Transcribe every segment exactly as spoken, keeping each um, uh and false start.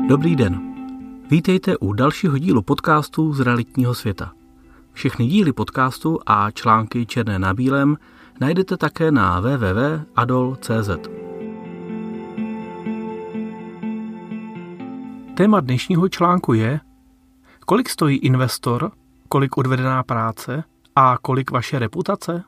Dobrý den. Vítejte u dalšího dílu podcastu z realitního světa. Všechny díly podcastu a články černé na bílém najdete také na w w w tečka adol tečka c z. Téma dnešního článku je, kolik stojí investor, kolik odvedená práce a kolik vaše reputace?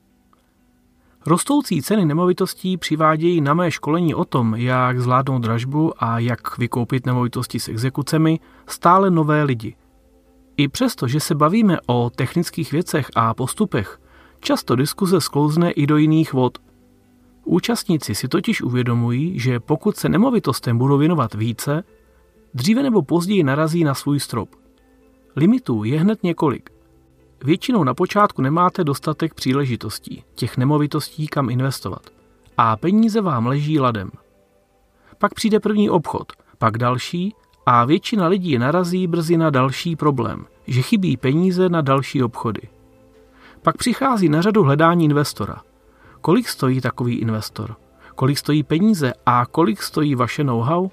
Rostoucí ceny nemovitostí přivádějí na mé školení o tom, jak zvládnout dražbu a jak vykoupit nemovitosti s exekucemi, stále nové lidi. I přesto, že se bavíme o technických věcech a postupech, často diskuze sklouzne i do jiných vod. Účastníci si totiž uvědomují, že pokud se nemovitostem budou věnovat více, dříve nebo později narazí na svůj strop. Limitů je hned několik. Většinou na počátku nemáte dostatek příležitostí, těch nemovitostí, kam investovat. A peníze vám leží ladem. Pak přijde první obchod, pak další a většina lidí narazí brzy na další problém, že chybí peníze na další obchody. Pak přichází na řadu hledání investora. Kolik stojí takový investor? Kolik stojí peníze a kolik stojí vaše know-how?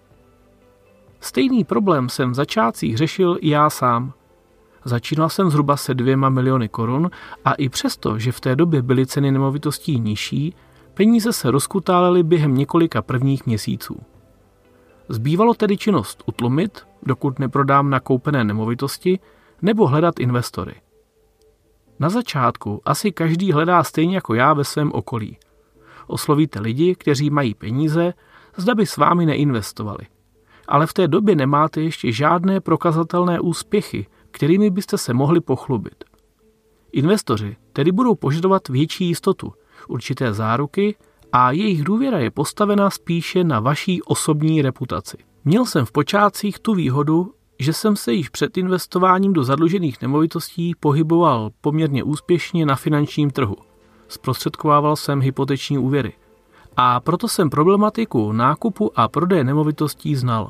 Stejný problém jsem v začátcích řešil i já sám. Začínal jsem zhruba se dvěma miliony korun a i přesto, že v té době byly ceny nemovitostí nižší, peníze se rozkutálely během několika prvních měsíců. Zbývalo tedy činnost utlumit, dokud neprodám nakoupené nemovitosti, nebo hledat investory. Na začátku asi každý hledá stejně jako já ve svém okolí. Oslovíte lidi, kteří mají peníze, zda by s vámi neinvestovali. Ale v té době nemáte ještě žádné prokazatelné úspěchy, kterými byste se mohli pochlubit. Investoři tedy budou požadovat větší jistotu, určité záruky a jejich důvěra je postavena spíše na vaší osobní reputaci. Měl jsem v počátcích tu výhodu, že jsem se již před investováním do zadlužených nemovitostí pohyboval poměrně úspěšně na finančním trhu. Zprostředkovával jsem hypoteční úvěry. A proto jsem problematiku nákupu a prodeje nemovitostí znal.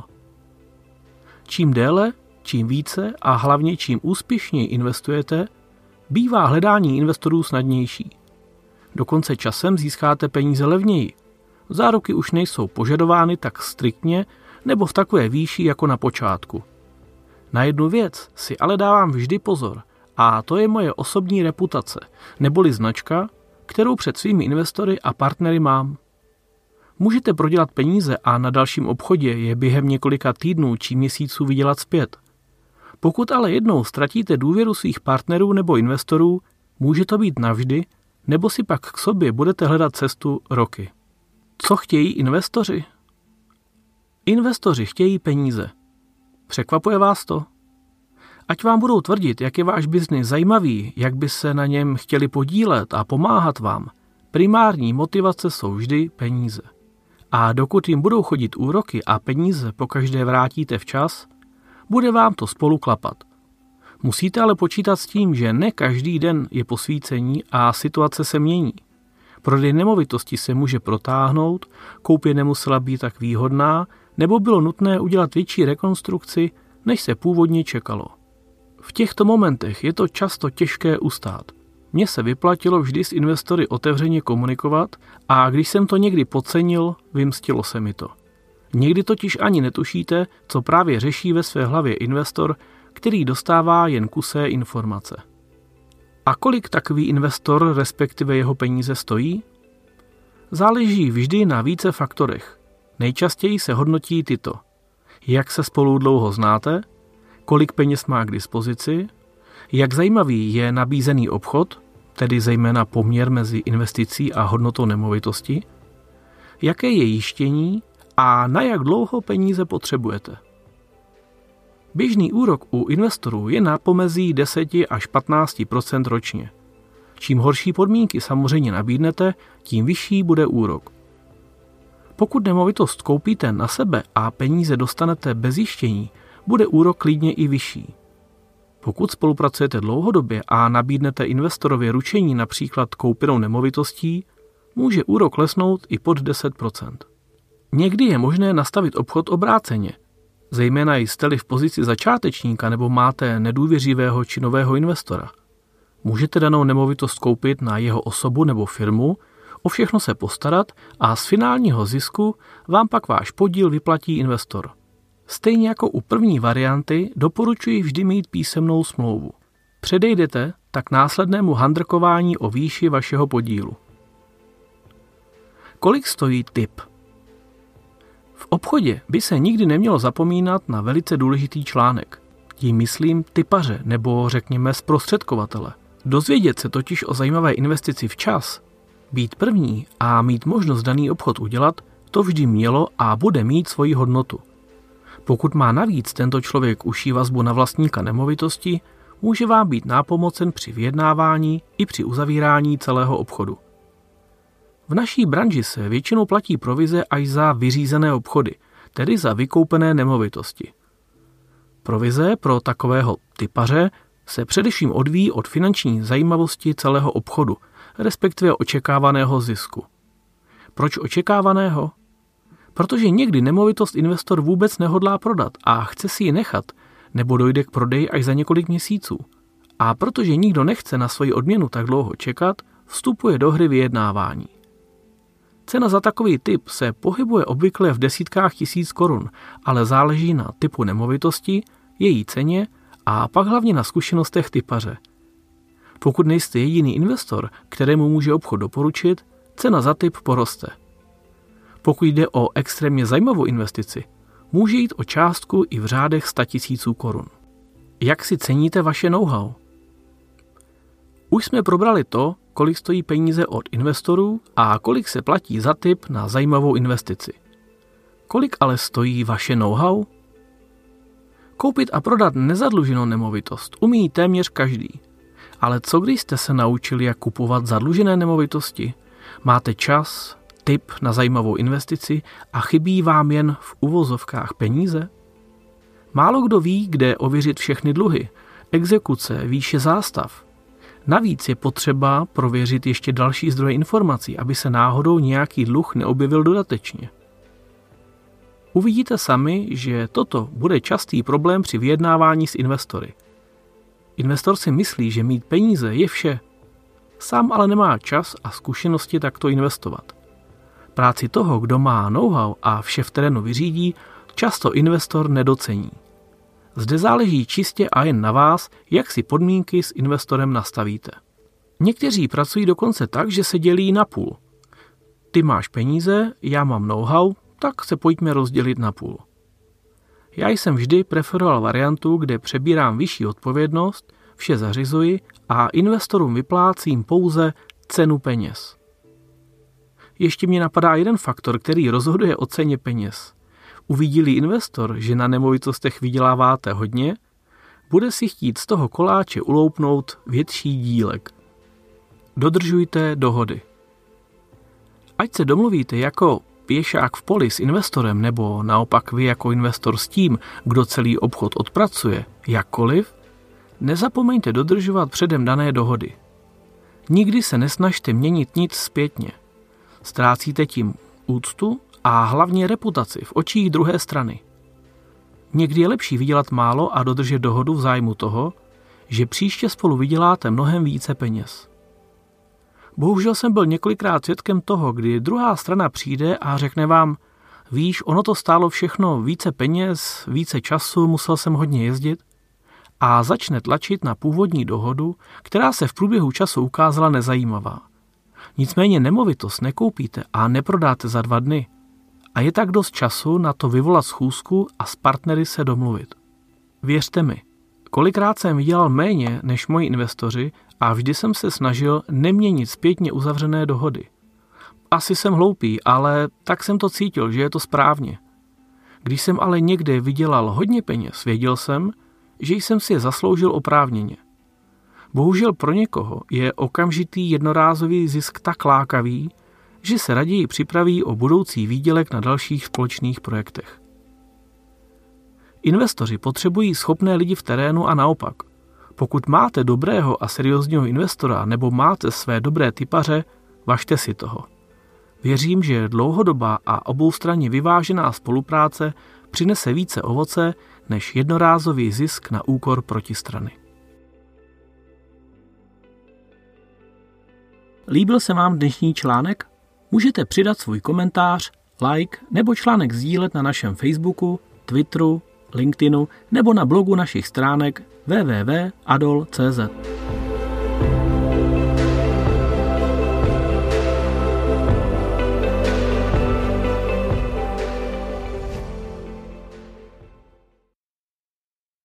Čím déle, čím více a hlavně čím úspěšněji investujete, bývá hledání investorů snadnější. Dokonce časem získáte peníze levněji. Záruky už nejsou požadovány tak striktně nebo v takové výši jako na počátku. Na jednu věc si ale dávám vždy pozor a to je moje osobní reputace, neboli značka, kterou před svými investory a partnery mám. Můžete prodělat peníze a na dalším obchodě je během několika týdnů či měsíců vydělat zpět. Pokud ale jednou ztratíte důvěru svých partnerů nebo investorů, může to být navždy, nebo si pak k sobě budete hledat cestu roky. Co chtějí investoři? Investoři chtějí peníze. Překvapuje vás to? Ať vám budou tvrdit, jak je váš biznis zajímavý, jak by se na něm chtěli podílet a pomáhat vám, primární motivace jsou vždy peníze. A dokud jim budou chodit úroky a peníze pokaždé vrátíte včas, bude vám to spolu klapat. Musíte ale počítat s tím, že ne každý den je posvícení a situace se mění. Prodej nemovitosti se může protáhnout, koupě nemusela být tak výhodná, nebo bylo nutné udělat větší rekonstrukci, než se původně čekalo. V těchto momentech je to často těžké ustát. Mně se vyplatilo vždy s investory otevřeně komunikovat a když jsem to někdy podcenil, vymstilo se mi to. Někdy totiž ani netušíte, co právě řeší ve své hlavě investor, který dostává jen kusé informace. A kolik takový investor, respektive jeho peníze, stojí? Záleží vždy na více faktorech. Nejčastěji se hodnotí tyto. Jak se spolu dlouho znáte, kolik peněz má k dispozici, jak zajímavý je nabízený obchod, tedy zejména poměr mezi investicí a hodnotou nemovitosti, jaké je jištění a na jak dlouho peníze potřebujete. Běžný úrok u investorů je na pomezí deset až patnáct procent ročně. Čím horší podmínky samozřejmě nabídnete, tím vyšší bude úrok. Pokud nemovitost koupíte na sebe a peníze dostanete bez jištění, bude úrok klidně i vyšší. Pokud spolupracujete dlouhodobě a nabídnete investorovi ručení například koupenou nemovitostí, může úrok klesnout i pod deset procent. Někdy je možné nastavit obchod obráceně, zejména jste-li v pozici začátečníka nebo máte nedůvěřivého či nového investora. Můžete danou nemovitost koupit na jeho osobu nebo firmu, o všechno se postarat a z finálního zisku vám pak váš podíl vyplatí investor. Stejně jako u první varianty doporučuji vždy mít písemnou smlouvu. Předejdete tak následnému handrkování o výši vašeho podílu. Kolik stojí tip? V obchodě by se nikdy nemělo zapomínat na velice důležitý článek. Tím myslím tipaře nebo řekněme zprostředkovatele. Dozvědět se totiž o zajímavé investici včas, být první a mít možnost daný obchod udělat, to vždy mělo a bude mít svoji hodnotu. Pokud má navíc tento člověk užší vazbu na vlastníka nemovitosti, může vám být nápomocen při vyjednávání i při uzavírání celého obchodu. V naší branži se většinou platí provize až za vyřízené obchody, tedy za vykoupené nemovitosti. Provize pro takového tipaře se především odvíjí od finanční zajímavosti celého obchodu, respektive očekávaného zisku. Proč očekávaného? Protože někdy nemovitost investor vůbec nehodlá prodat a chce si ji nechat, nebo dojde k prodeji až za několik měsíců. A protože nikdo nechce na svoji odměnu tak dlouho čekat, vstupuje do hry vyjednávání. Cena za takový typ se pohybuje obvykle v desítkách tisíc korun, ale záleží na typu nemovitosti, její ceně a pak hlavně na zkušenostech typaře. Pokud nejste jediný investor, kterému může obchod doporučit, cena za typ poroste. Pokud jde o extrémně zajímavou investici, může jít o částku i v řádech sta tisíců korun. Jak si ceníte vaše know-how? Už jsme probrali to, kolik stojí peníze od investorů a kolik se platí za tip na zajímavou investici. Kolik ale stojí vaše know-how? Koupit a prodat nezadluženou nemovitost umí téměř každý. Ale co když jste se naučili, jak kupovat zadlužené nemovitosti? Máte čas, tip na zajímavou investici a chybí vám jen v uvozovkách peníze? Málo kdo ví, kde ověřit všechny dluhy, exekuce, výše zástav. Navíc je potřeba prověřit ještě další zdroje informací, aby se náhodou nějaký dluh neobjevil dodatečně. Uvidíte sami, že toto bude častý problém při vyjednávání s investory. Investor si myslí, že mít peníze je vše. Sám ale nemá čas a zkušenosti takto investovat. Práci toho, kdo má know-how a vše v terénu vyřídí, často investor nedocení. Zde záleží čistě a jen na vás, jak si podmínky s investorem nastavíte. Někteří pracují dokonce tak, že se dělí na půl. Ty máš peníze, já mám know-how, tak se pojďme rozdělit na půl. Já jsem vždy preferoval variantu, kde přebírám vyšší odpovědnost, vše zařizuji a investorům vyplácím pouze cenu peněz. Ještě mě napadá jeden faktor, který rozhoduje o ceně peněz. Uvidí-li investor, že na nemovitostech vyděláváte hodně, bude si chtít z toho koláče uloupnout větší dílek. Dodržujte dohody. Ať se domluvíte jako pěšák v poli s investorem nebo naopak vy jako investor s tím, kdo celý obchod odpracuje, jakkoliv, nezapomeňte dodržovat předem dané dohody. Nikdy se nesnažte měnit nic zpětně. Ztrácíte tím úctu a hlavně reputaci v očích druhé strany. Někdy je lepší vydělat málo a dodržet dohodu v zájmu toho, že příště spolu vyděláte mnohem více peněz. Bohužel jsem byl několikrát svědkem toho, kdy druhá strana přijde a řekne vám, víš, ono to stálo všechno více peněz, více času, musel jsem hodně jezdit, a začne tlačit na původní dohodu, která se v průběhu času ukázala nezajímavá. Nicméně nemovitost nekoupíte a neprodáte za dva dny. A je tak dost času na to vyvolat schůzku a s partnery se domluvit. Věřte mi, kolikrát jsem vydělal méně než moji investoři a vždy jsem se snažil neměnit zpětně uzavřené dohody. Asi jsem hloupý, ale tak jsem to cítil, že je to správně. Když jsem ale někde vydělal hodně peněz, věděl jsem, že jsem si je zasloužil oprávněně. Bohužel pro někoho je okamžitý jednorázový zisk tak lákavý, že se raději připraví o budoucí výdělek na dalších společných projektech. Investoři potřebují schopné lidi v terénu a naopak. Pokud máte dobrého a seriózního investora nebo máte své dobré typaře, važte si toho. Věřím, že dlouhodobá a oboustranně vyvážená spolupráce přinese více ovoce než jednorázový zisk na úkor protistrany. Líbil se vám dnešní článek? Můžete přidat svůj komentář, like nebo článek sdílet na našem Facebooku, Twitteru, LinkedInu nebo na blogu našich stránek w w w tečka adol tečka c z.